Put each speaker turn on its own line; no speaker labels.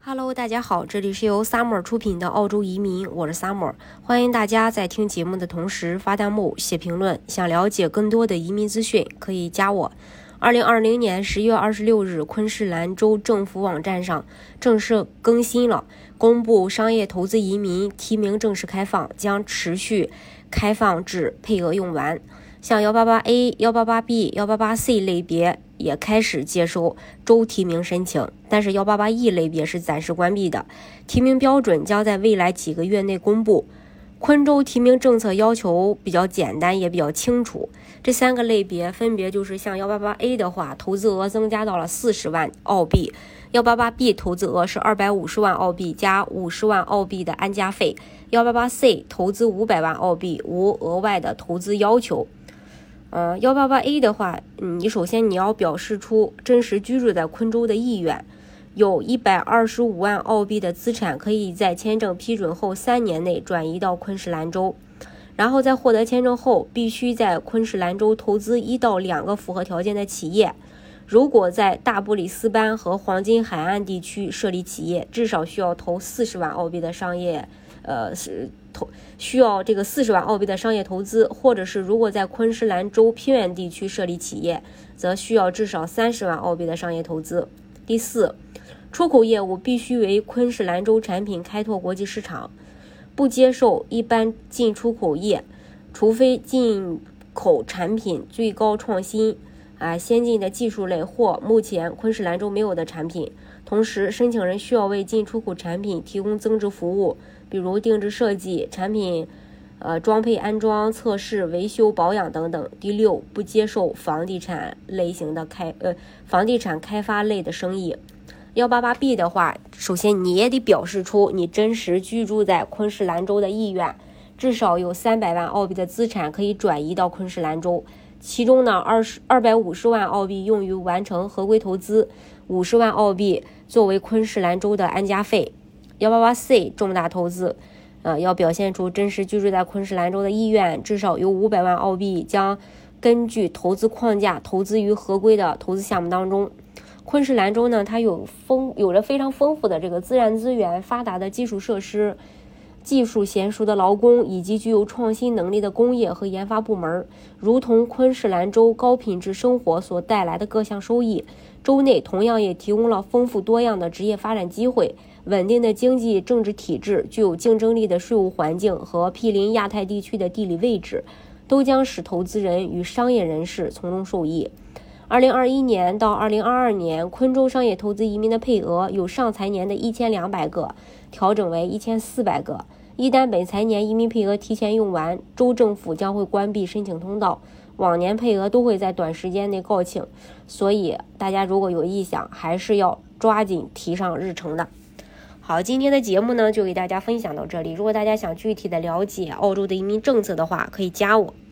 Hello， 大家好，这里是由 Summer 出品的澳洲移民，我是 Summer， 欢迎大家在听节目的同时发弹幕、写评论。想了解更多的移民资讯，可以加我。2020年10月26日，昆士兰州政府网站上正式更新了，公布商业投资移民提名正式开放，将持续开放至配额用完。像 188A、188B、188C 类别也开始接收州提名申请，但是 188E 类别是暂时关闭的。提名标准将在未来几个月内公布。昆州提名政策要求比较简单，也比较清楚。这三个类别分别就是像 188A 的话，投资额增加到了40万澳币。188B 投资额是250万澳币加50万澳币的安家费。188C 投资500万澳币，无额外的投资要求。188A 的话，你首先你要表示出真实居住在昆州的意愿，有125万澳币的资产可以在签证批准后3年内转移到昆士兰州，然后在获得签证后必须在昆士兰州投资1到2个符合条件的企业。如果在大布里斯班和黄金海岸地区设立企业，至少需要投40万澳币的商业需要这个40万澳币的商业投资，或者是如果在昆士兰州偏远地区设立企业，则需要至少30万澳币的商业投资。第四，出口业务必须为昆士兰州产品开拓国际市场，不接受一般进出口业，除非进口产品最高创新先进的技术类或目前昆士兰州没有的产品。同时，申请人需要为进出口产品提供增值服务，比如定制设计、产品装配安装、测试、维修、保养等等。第六，不接受房地产类型的房地产开发类的生意。188B 的话，首先你也得表示出你真实居住在昆士兰州的意愿，至少有300万澳币的资产可以转移到昆士兰州，其中呢250万澳币用于完成合规投资，50万澳币作为昆士兰州的安家费。188C 重大投资要表现出真实居住在昆士兰州的意愿，至少有500万澳币将根据投资框架投资于合规的投资项目当中。昆士兰州呢，它有着非常丰富的这个自然资源、发达的基础设施、技术娴熟的劳工以及具有创新能力的工业和研发部门。如同昆士兰州高品质生活所带来的各项收益，州内同样也提供了丰富多样的职业发展机会，稳定的经济政治体制，具有竞争力的税务环境和毗邻亚太地区的地理位置，都将使投资人与商业人士从中受益。2021年到2022年，昆州商业投资移民的配额由上财年的1200个调整为1400个。一旦本财年移民配额提前用完，州政府将会关闭申请通道，往年配额都会在短时间内告罄，所以大家如果有意向，还是要抓紧提上日程的。好，今天的节目呢就给大家分享到这里，如果大家想具体的了解澳洲的移民政策的话，可以加我。